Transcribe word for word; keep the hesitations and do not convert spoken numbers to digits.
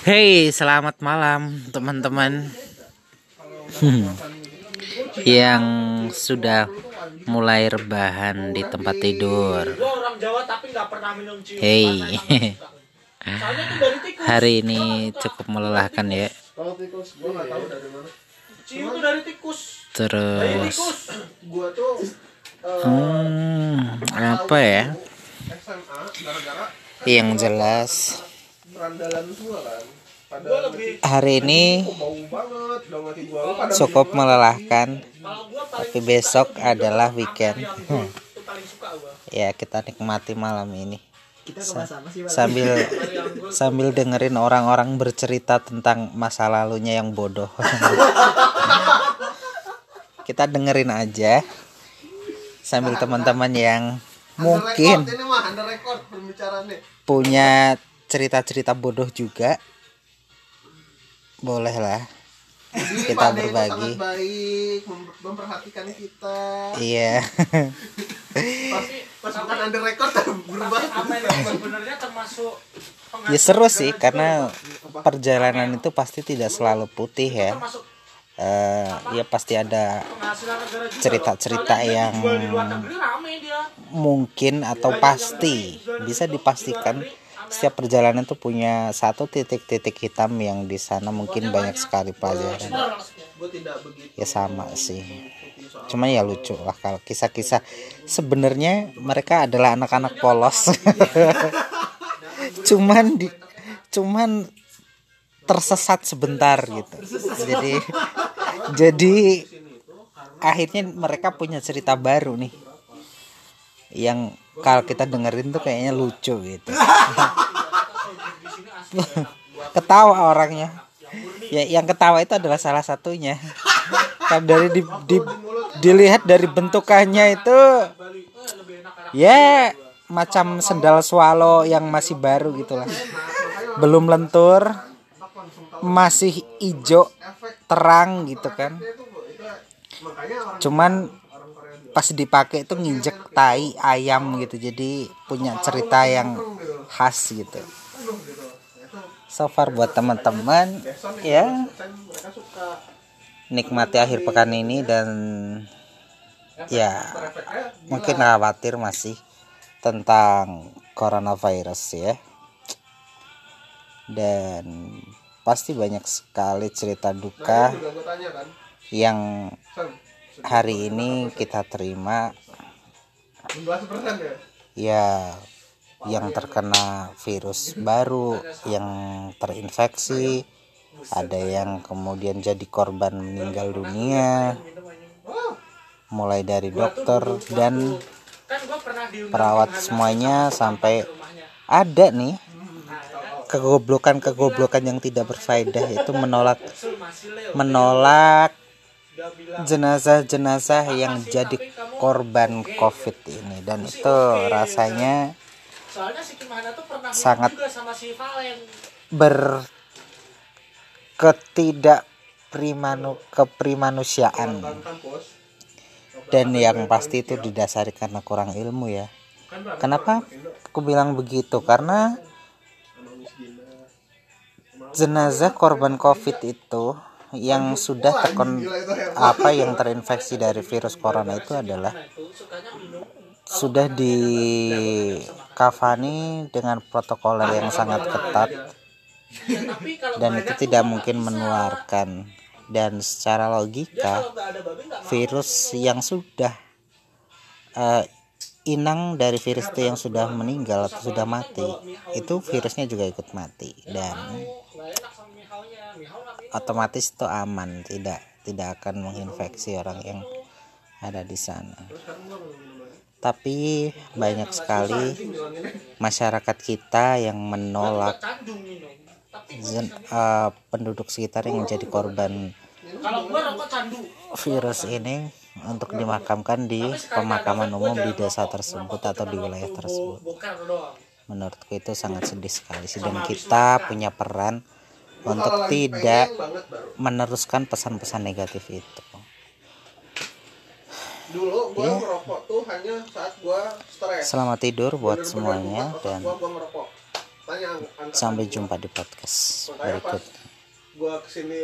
Hey, selamat malam teman-teman hmm, yang sudah mulai rebahan di tempat tidur. Hey, hari ini cukup melelahkan ya. Terus, hmm, apa ya? Yang jelas, hari ini cukup melelahkan, tapi besok adalah weekend. Hmm. Ya, kita nikmati malam ini sambil sambil dengerin orang-orang bercerita tentang masa lalunya yang bodoh. Kita dengerin aja sambil teman-teman yang mungkin punya cerita-cerita bodoh juga, bolehlah kita berbagi. Baik, memperhatikan kita. Iya. Pasukan under record berubah. Sebenarnya termasuk Ya seru sih, karena perjalanan itu pasti tidak selalu putih ya. Uh, ya pasti ada cerita-cerita yang mungkin atau pasti bisa dipastikan setiap perjalanan itu punya satu titik-titik hitam yang di sana mungkin banyak sekali pelajaran. Ya sama sih. Cuma ya lucu lah kalau kisah-kisah. Sebenarnya mereka adalah anak-anak polos. cuman di, cuman tersesat sebentar gitu. Jadi jadi akhirnya mereka punya cerita baru nih, yang kalau kita dengerin tuh kayaknya lucu gitu. Ketawa orangnya. Ya, yang ketawa itu adalah salah satunya. Kan dari di, di, dilihat dari bentukannya itu ya macam sendal swallow yang masih baru gitulah. Belum lentur, masih hijau terang gitu kan. Cuman pas dipakai itu nginjek tai ayam gitu, jadi punya cerita yang khas gitu. So far buat teman-teman ya, nikmati akhir pekan ini, dan ya mungkin khawatir masih tentang coronavirus ya, dan pasti banyak sekali cerita duka yang hari ini kita terima. Ya, yang terkena virus baru, yang terinfeksi, ada yang kemudian jadi korban meninggal dunia, mulai dari dokter dan perawat semuanya, sampai ada nih kegoblokan-kegoblokan yang tidak berfaedah, itu menolak menolak jenazah-jenazah yang jadi korban COVID ini, dan itu rasanya sangat berketidakprimanu keprimanusiaan, dan yang pasti itu didasari karena kurang ilmu ya. Kenapa aku bilang begitu? Karena jenazah korban COVID itu yang sudah terkon apa yang terinfeksi dari virus corona itu adalah sudah dikafani dengan protokol yang sangat ketat, dan itu tidak mungkin menularkan. Dan secara logika, virus yang sudah uh, inang dari virus itu yang sudah meninggal atau sudah mati, itu virusnya juga ikut mati, dan otomatis itu aman, tidak tidak akan menginfeksi orang yang ada di sana. Tapi banyak sekali masyarakat kita yang menolak zen, uh, penduduk sekitar yang menjadi korban virus ini untuk dimakamkan di pemakaman umum di desa tersebut atau di wilayah tersebut. Menurutku itu sangat sedih sekali sih, dan kita punya peran untuk tidak meneruskan pesan-pesan negatif itu. Dulu gue yeah. merokok tuh hanya saat gue stres. Selamat tidur buat semuanya, dan Tanya angkatan Sampai gua. jumpa di podcast Makanya pas berikut. gua kesini